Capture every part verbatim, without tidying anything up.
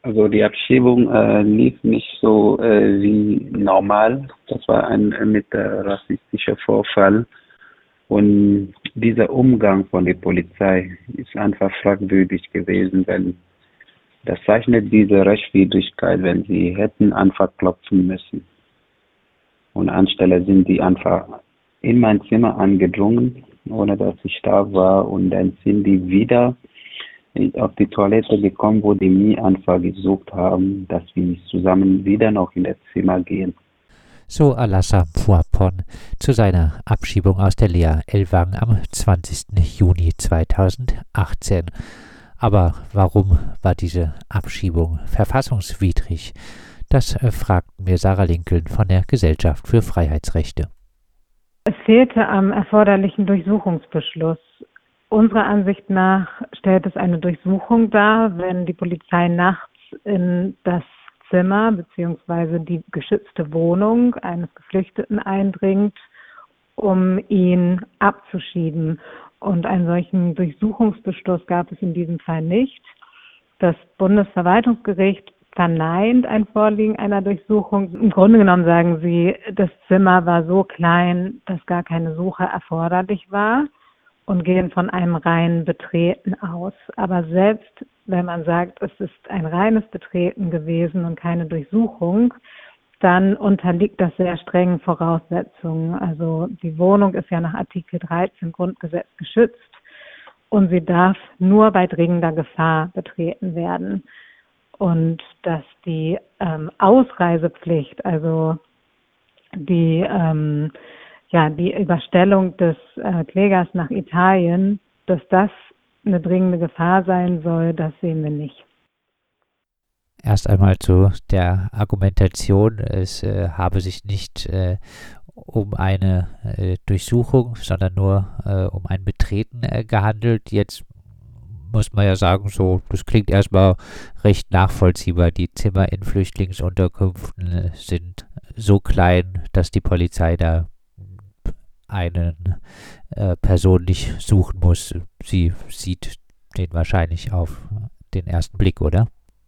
Also die Abschiebung äh, lief nicht so äh, wie normal. Das war ein äh, mit äh, rassistischer Vorfall. Und dieser Umgang von der Polizei ist einfach fragwürdig gewesen, weil das zeichnet diese Rechtswidrigkeit, wenn sie hätten einfach klopfen müssen. Und anstelle sind die einfach in mein Zimmer angedrungen, ohne dass ich da war. Und dann sind die wieder auf die Toilette gekommen, wo die mich einfach gesucht haben, dass wir zusammen wieder noch in das Zimmer gehen. So Alassa Mfuapon zu seiner Abschiebung aus der Lea Elwang am zwanzigsten Juni zweitausendachtzehn. Aber warum war diese Abschiebung verfassungswidrig? Das äh, fragten wir Sarah Lincoln von der Gesellschaft für Freiheitsrechte. Es fehlte am erforderlichen Durchsuchungsbeschluss. Unserer Ansicht nach stellt es eine Durchsuchung dar, wenn die Polizei nachts in das Zimmer bzw. die geschützte Wohnung eines Geflüchteten eindringt, um ihn abzuschieben. Und einen solchen Durchsuchungsbeschluss gab es in diesem Fall nicht. Das Bundesverwaltungsgericht verneint ein Vorliegen einer Durchsuchung. Im Grunde genommen sagen sie, das Zimmer war so klein, dass gar keine Suche erforderlich war und gehen von einem reinen Betreten aus. Aber selbst wenn man sagt, es ist ein reines Betreten gewesen und keine Durchsuchung, dann unterliegt das sehr strengen Voraussetzungen. Also die Wohnung ist ja nach Artikel dreizehn Grundgesetz geschützt und sie darf nur bei dringender Gefahr betreten werden. Und dass die ähm, Ausreisepflicht, also die, ähm, ja, die Überstellung des äh, Klägers nach Italien, dass das eine dringende Gefahr sein soll, das sehen wir nicht. Erst einmal zu der Argumentation, es äh, habe sich nicht äh, um eine äh, Durchsuchung, sondern nur äh, um ein Betreten äh, gehandelt. Jetzt muss man ja sagen, so, das klingt erstmal recht nachvollziehbar. Die Zimmer in Flüchtlingsunterkünften äh, sind so klein, dass die Polizei da eine äh, Person nicht suchen muss. Sie sieht den wahrscheinlich auf den ersten Blick, oder?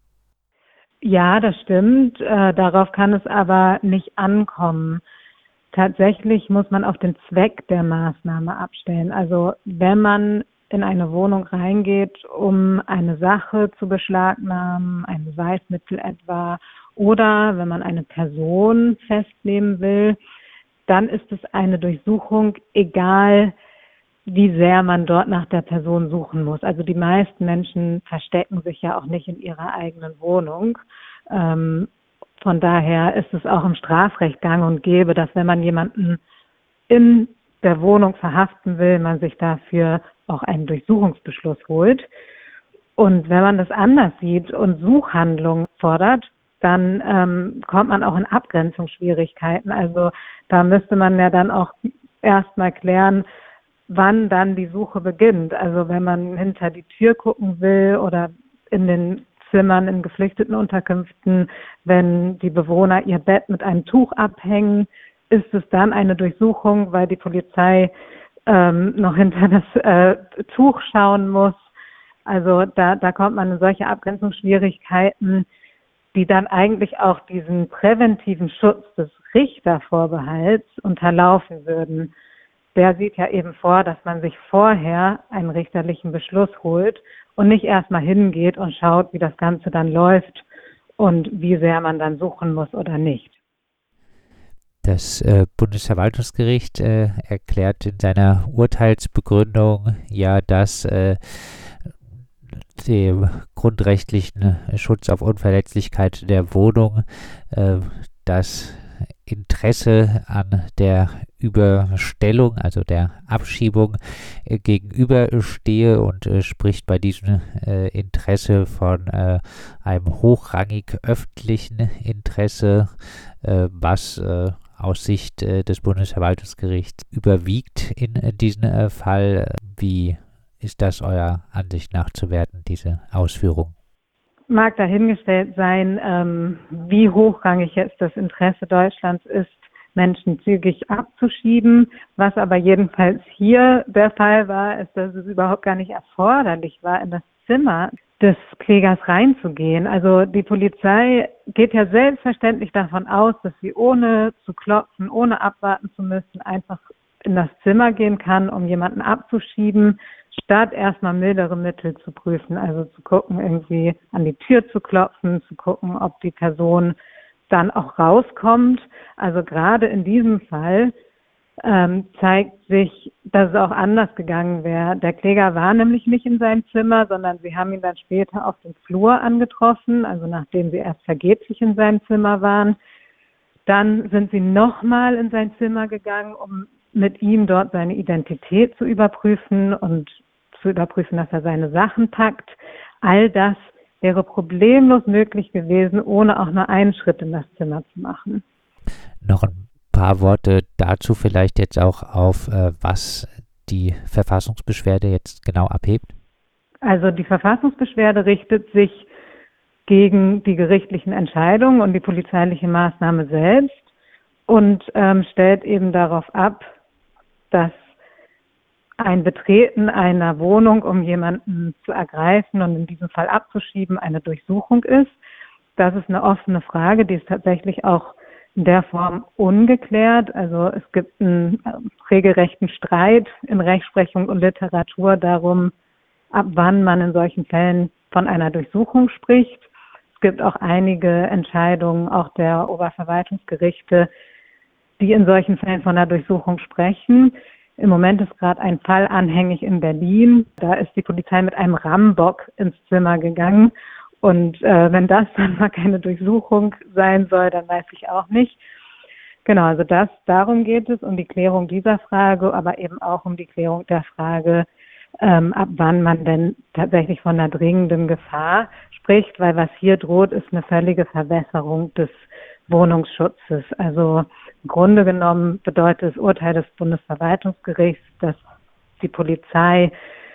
Ja, das stimmt. Äh, darauf kann es aber nicht ankommen. Tatsächlich muss man auf den Zweck der Maßnahme abstellen. Also wenn man in eine Wohnung reingeht, um eine Sache zu beschlagnahmen, ein Beweismittel etwa, oder wenn man eine Person festnehmen will, dann ist es eine Durchsuchung, egal wie sehr man dort nach der Person suchen muss. Also die meisten Menschen verstecken sich ja auch nicht in ihrer eigenen Wohnung. Ähm, von daher ist es auch im Strafrecht gang und gäbe, dass wenn man jemanden in der Wohnung verhaften will, man sich dafür auch einen Durchsuchungsbeschluss holt. Und wenn man das anders sieht und Suchhandlungen fordert, dann ähm, kommt man auch in Abgrenzungsschwierigkeiten. Also da müsste man ja dann auch erstmal klären, wann dann die Suche beginnt. Also wenn man hinter die Tür gucken will oder in den Zimmern in geflüchteten Unterkünften, wenn die Bewohner ihr Bett mit einem Tuch abhängen, ist es dann eine Durchsuchung, weil die Polizei ähm, noch hinter das äh, Tuch schauen muss. Also da, da kommt man in solche Abgrenzungsschwierigkeiten, die dann eigentlich auch diesen präventiven Schutz des Richtervorbehalts unterlaufen würden. Der sieht ja eben vor, dass man sich vorher einen richterlichen Beschluss holt und nicht erstmal hingeht und schaut, wie das Ganze dann läuft und wie sehr man dann suchen muss oder nicht. Das äh, Bundesverwaltungsgericht äh, erklärt in seiner Urteilsbegründung ja, dass äh, dem grundrechtlichen Schutz auf Unverletzlichkeit der Wohnung äh, das Interesse an der Überstellung, also der Abschiebung, äh, gegenüberstehe und äh, spricht bei diesem äh, Interesse von äh, einem hochrangig öffentlichen Interesse, äh, was äh, aus Sicht äh, des Bundesverwaltungsgerichts überwiegt in äh, diesem äh, Fall. Wie ist das eurer Ansicht nach zu werten, diese Ausführung? Mag dahingestellt sein, ähm, wie hochrangig jetzt das Interesse Deutschlands ist, Menschen zügig abzuschieben. Was aber jedenfalls hier der Fall war, ist, dass es überhaupt gar nicht erforderlich war, in das Zimmer des Klägers reinzugehen. Also die Polizei geht ja selbstverständlich davon aus, dass sie ohne zu klopfen, ohne abwarten zu müssen, einfach in das Zimmer gehen kann, um jemanden abzuschieben, statt erstmal mildere Mittel zu prüfen. Also zu gucken, irgendwie an die Tür zu klopfen, zu gucken, ob die Person dann auch rauskommt. Also gerade in diesem Fall ähm, zeigt sich, dass es auch anders gegangen wäre. Der Kläger war nämlich nicht in seinem Zimmer, sondern sie haben ihn dann später auf dem Flur angetroffen, also nachdem sie erst vergeblich in seinem Zimmer waren. Dann sind sie nochmal in sein Zimmer gegangen, um mit ihm dort seine Identität zu überprüfen und zu überprüfen, dass er seine Sachen packt. All das wäre problemlos möglich gewesen, ohne auch nur einen Schritt in das Zimmer zu machen. Noch ein paar Worte dazu vielleicht jetzt auch auf, äh, was die Verfassungsbeschwerde jetzt genau abhebt. Also die Verfassungsbeschwerde richtet sich gegen die gerichtlichen Entscheidungen und die polizeiliche Maßnahme selbst und ähm, stellt eben darauf ab, dass ein Betreten einer Wohnung, um jemanden zu ergreifen und in diesem Fall abzuschieben, eine Durchsuchung ist. Das ist eine offene Frage, die ist tatsächlich auch in der Form ungeklärt. Also es gibt einen äh, regelrechten Streit in Rechtsprechung und Literatur darum, ab wann man in solchen Fällen von einer Durchsuchung spricht. Es gibt auch einige Entscheidungen, auch der Oberverwaltungsgerichte, die in solchen Fällen von einer Durchsuchung sprechen. Im Moment ist gerade ein Fall anhängig in Berlin. Da ist die Polizei mit einem Rambock ins Zimmer gegangen. Und äh, wenn das dann mal keine Durchsuchung sein soll, dann weiß ich auch nicht. Genau, also das, darum geht es, um die Klärung dieser Frage, aber eben auch um die Klärung der Frage, ähm, ab wann man denn tatsächlich von einer dringenden Gefahr spricht, weil was hier droht, ist eine völlige Verwässerung des Wohnungsschutzes. Also im Grunde genommen bedeutet das Urteil des Bundesverwaltungsgerichts, dass die Polizei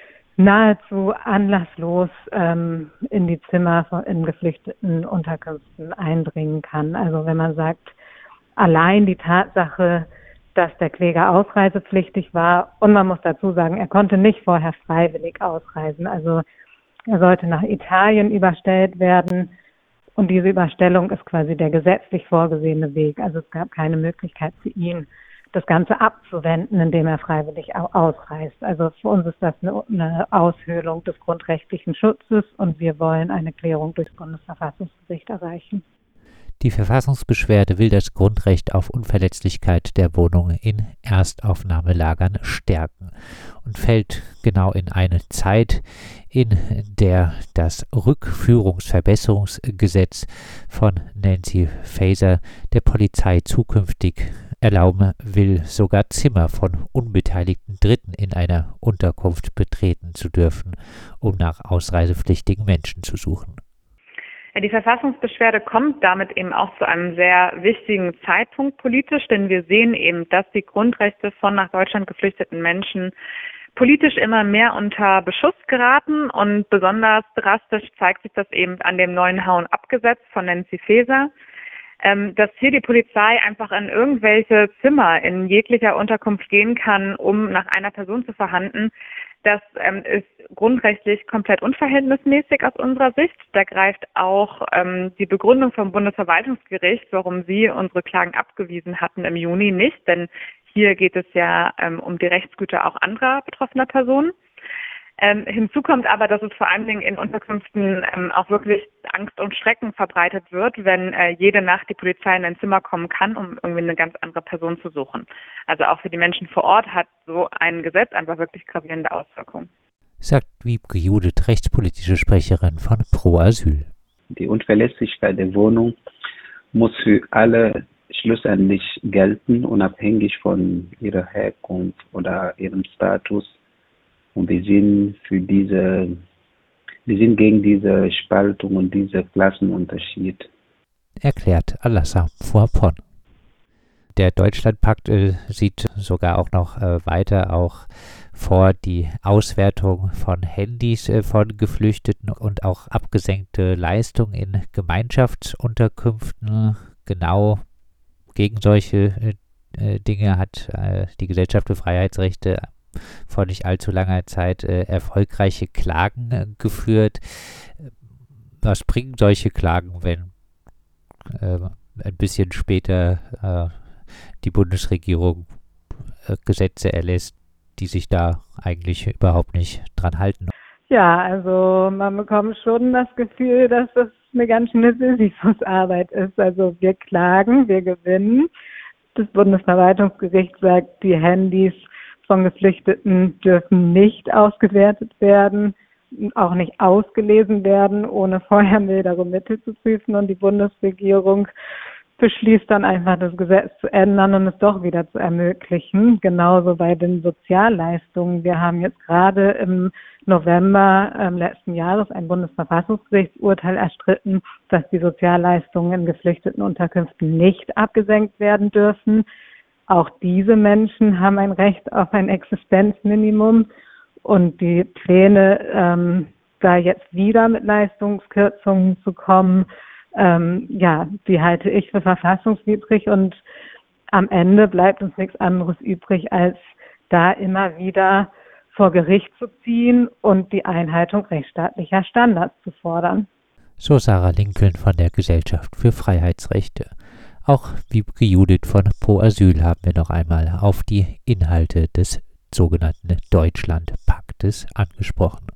nahezu anlasslos ähm, in die Zimmer von, in geflüchteten Unterkünften eindringen kann. Also wenn man sagt, allein die Tatsache, dass der Kläger ausreisepflichtig war, und man muss dazu sagen, er konnte nicht vorher freiwillig ausreisen. Also er sollte nach Italien überstellt werden und diese Überstellung ist quasi der gesetzlich vorgesehene Weg. Also es gab keine Möglichkeit für ihn, das Ganze abzuwenden, indem er freiwillig ausreist. Also für uns ist das eine, eine Aushöhlung des grundrechtlichen Schutzes und wir wollen eine Klärung durchs Bundesverfassungsgericht erreichen. Die Verfassungsbeschwerde will das Grundrecht auf Unverletzlichkeit der Wohnung in Erstaufnahmelagern stärken und fällt genau in eine Zeit, in der das Rückführungsverbesserungsgesetz von Nancy Faeser der Polizei zukünftig erlauben will, sogar Zimmer von unbeteiligten Dritten in einer Unterkunft betreten zu dürfen, um nach ausreisepflichtigen Menschen zu suchen. Die Verfassungsbeschwerde kommt damit eben auch zu einem sehr wichtigen Zeitpunkt politisch, denn wir sehen eben, dass die Grundrechte von nach Deutschland geflüchteten Menschen politisch immer mehr unter Beschuss geraten und besonders drastisch zeigt sich das eben an dem neuen Hau-und-Ab-Gesetz von Nancy Faeser, ähm, dass hier die Polizei einfach in irgendwelche Zimmer in jeglicher Unterkunft gehen kann, um nach einer Person zu verhandeln. Das ähm, ist grundrechtlich komplett unverhältnismäßig aus unserer Sicht. Da greift auch ähm, die Begründung vom Bundesverwaltungsgericht, warum sie unsere Klagen abgewiesen hatten im Juni, nicht. Denn hier geht es ja ähm, um die Rechtsgüter auch anderer betroffener Personen. Ähm, hinzu kommt aber, dass es vor allen Dingen in Unterkünften ähm, auch wirklich Angst und Schrecken verbreitet wird, wenn äh, jede Nacht die Polizei in ein Zimmer kommen kann, um irgendwie eine ganz andere Person zu suchen. Also auch für die Menschen vor Ort hat so ein Gesetz einfach wirklich gravierende Auswirkungen. Sagt Wiebke Judith, rechtspolitische Sprecherin von Pro Asyl. Die Unverlässlichkeit der Wohnung muss für alle schlussendlich gelten, unabhängig von ihrer Herkunft oder ihrem Status. Und wir sind für diese, wir sind gegen diese Spaltung und diesen Klassenunterschied. Erklärt Alassa Fuapon. Der Deutschlandpakt äh, sieht sogar auch noch äh, weiter auch vor die Auswertung von Handys äh, von Geflüchteten und auch abgesenkte Leistungen in Gemeinschaftsunterkünften. Genau gegen solche äh, Dinge hat äh, die Gesellschaft für Freiheitsrechte vor nicht allzu langer Zeit äh, erfolgreiche Klagen äh, geführt. Was bringen solche Klagen, wenn äh, ein bisschen später äh, die Bundesregierung äh, Gesetze erlässt, die sich da eigentlich überhaupt nicht dran halten? Ja, also man bekommt schon das Gefühl, dass das eine ganz schöne Sisyphusarbeit ist. Also wir klagen, wir gewinnen. Das Bundesverwaltungsgericht sagt, die Handys von Geflüchteten dürfen nicht ausgewertet werden, auch nicht ausgelesen werden, ohne vorher mildere Mittel zu prüfen. Und die Bundesregierung beschließt dann einfach, das Gesetz zu ändern und es doch wieder zu ermöglichen. Genauso bei den Sozialleistungen. Wir haben jetzt gerade im November ähm, letzten Jahres ein Bundesverfassungsgerichtsurteil erstritten, dass die Sozialleistungen in geflüchteten Unterkünften nicht abgesenkt werden dürfen. Auch diese Menschen haben ein Recht auf ein Existenzminimum. Und die Pläne, ähm, da jetzt wieder mit Leistungskürzungen zu kommen, ähm, ja, die halte ich für verfassungswidrig. Und am Ende bleibt uns nichts anderes übrig, als da immer wieder vor Gericht zu ziehen und die Einhaltung rechtsstaatlicher Standards zu fordern. So Sarah Lincoln von der Gesellschaft für Freiheitsrechte. Auch Wiebke Judith von Pro Asyl haben wir noch einmal auf die Inhalte des sogenannten Deutschlandpaktes angesprochen.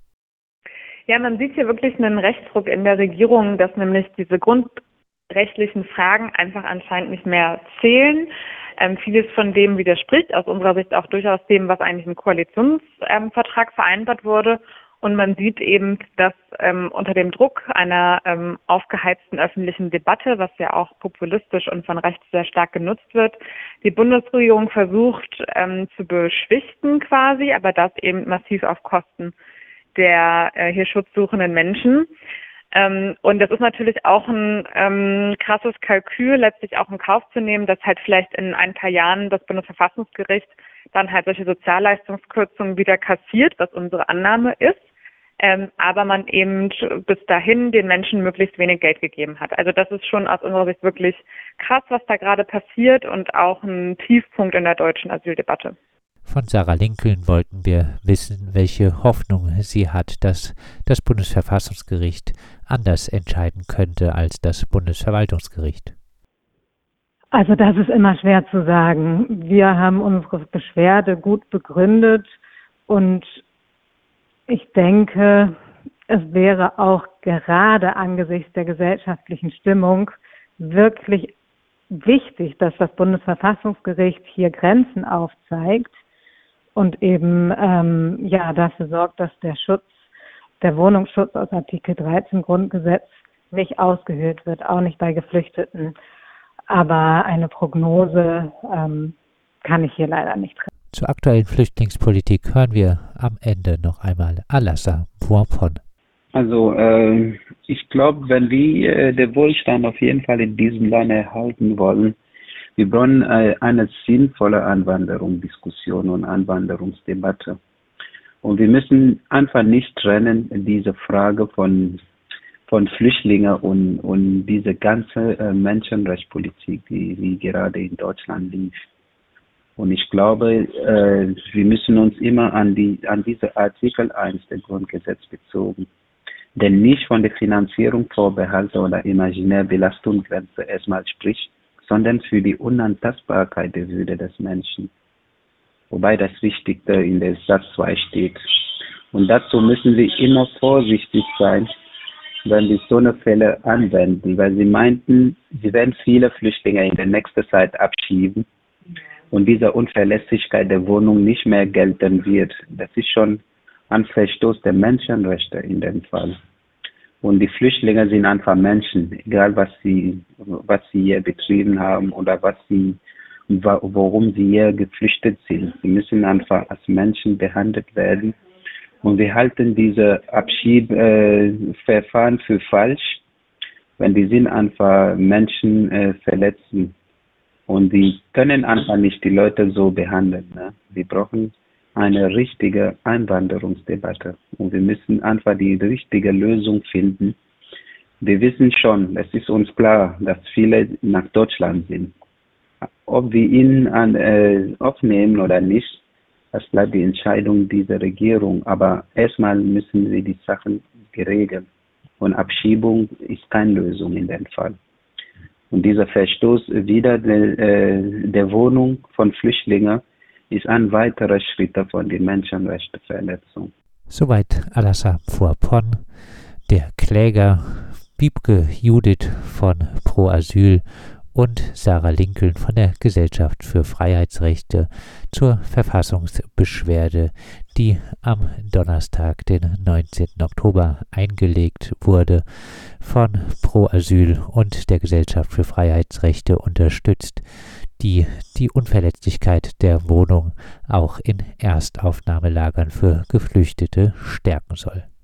Ja, man sieht hier wirklich einen Rechtsruck in der Regierung, dass nämlich diese grundrechtlichen Fragen einfach anscheinend nicht mehr zählen. Ähm, vieles von dem widerspricht aus unserer Sicht auch durchaus dem, was eigentlich im Koalitionsvertrag ähm, vereinbart wurde. Und man sieht eben, dass ähm, unter dem Druck einer ähm, aufgeheizten öffentlichen Debatte, was ja auch populistisch und von rechts sehr stark genutzt wird, die Bundesregierung versucht ähm, zu beschwichten quasi, aber das eben massiv auf Kosten der äh, hier schutzsuchenden Menschen. Ähm, und das ist natürlich auch ein ähm, krasses Kalkül, letztlich auch in Kauf zu nehmen, dass halt vielleicht in ein paar Jahren das Bundesverfassungsgericht dann halt solche Sozialleistungskürzungen wieder kassiert, was unsere Annahme ist, ähm, aber man eben bis dahin den Menschen möglichst wenig Geld gegeben hat. Also das ist schon aus unserer Sicht wirklich krass, was da gerade passiert und auch ein Tiefpunkt in der deutschen Asyldebatte. Von Sarah Lincoln wollten wir wissen, welche Hoffnung sie hat, dass das Bundesverfassungsgericht anders entscheiden könnte als das Bundesverwaltungsgericht. Also das ist immer schwer zu sagen. Wir haben unsere Beschwerde gut begründet und ich denke, es wäre auch gerade angesichts der gesellschaftlichen Stimmung wirklich wichtig, dass das Bundesverfassungsgericht hier Grenzen aufzeigt und eben ähm, ja dafür sorgt, dass der Schutz, der Wohnungsschutz aus Artikel dreizehn Grundgesetz nicht ausgehöhlt wird, auch nicht bei Geflüchteten. Aber eine Prognose ähm, kann ich hier leider nicht treffen. Zur aktuellen Flüchtlingspolitik hören wir am Ende noch einmal Alassa Poinpon. Also äh, ich glaube, wenn wir äh, den Wohlstand auf jeden Fall in diesem Land erhalten wollen, wir brauchen äh, eine sinnvolle Anwanderung, Diskussion und Anwanderungsdebatte. Und wir müssen einfach nicht trennen, diese Frage von, von Flüchtlingen und, und diese ganze äh, Menschenrechtspolitik, die, die gerade in Deutschland lief. Und ich glaube, äh, wir müssen uns immer an, die, an diese Artikel eins der Grundgesetz bezogen. Denn nicht von der Finanzierung, Vorbehalte oder imaginäre Belastungsgrenze erstmal spricht, sondern für die Unantastbarkeit der Würde des Menschen. Wobei das Wichtigste in der Satz zwei steht. Und dazu müssen wir immer vorsichtig sein, wenn wir so eine Fälle anwenden, weil sie meinten, sie werden viele Flüchtlinge in der nächsten Zeit abschieben und diese Unverlässlichkeit der Wohnung nicht mehr gelten wird. Das ist schon ein Verstoß der Menschenrechte in dem Fall. Und die Flüchtlinge sind einfach Menschen, egal was sie, was sie hier betrieben haben oder was sie, worum sie hier geflüchtet sind. Sie müssen einfach als Menschen behandelt werden. Und wir halten diese Abschiebeverfahren für falsch, wenn die sind einfach Menschen äh, verletzen. Und die können einfach nicht die Leute so behandeln. Ne? Wir brauchen eine richtige Einwanderungsdebatte. Und wir müssen einfach die richtige Lösung finden. Wir wissen schon, es ist uns klar, dass viele nach Deutschland sind. Ob wir ihn an, äh, aufnehmen oder nicht, Es bleibt die Entscheidung dieser Regierung, aber erstmal müssen wir die Sachen geregeln. Und Abschiebung ist keine Lösung in dem Fall. Und dieser Verstoß wieder der, äh, der Wohnung von Flüchtlingen ist ein weiterer Schritt von der Menschenrechtsverletzung. Soweit Alassane Mfuapong, der Kläger Wiebke Judith von Pro Asyl und Sarah Lincoln von der Gesellschaft für Freiheitsrechte zur Verfassungsbeschwerde, die am Donnerstag, den neunzehnten Oktober, eingelegt wurde, von Pro Asyl und der Gesellschaft für Freiheitsrechte unterstützt, die die Unverletzlichkeit der Wohnung auch in Erstaufnahmelagern für Geflüchtete stärken soll.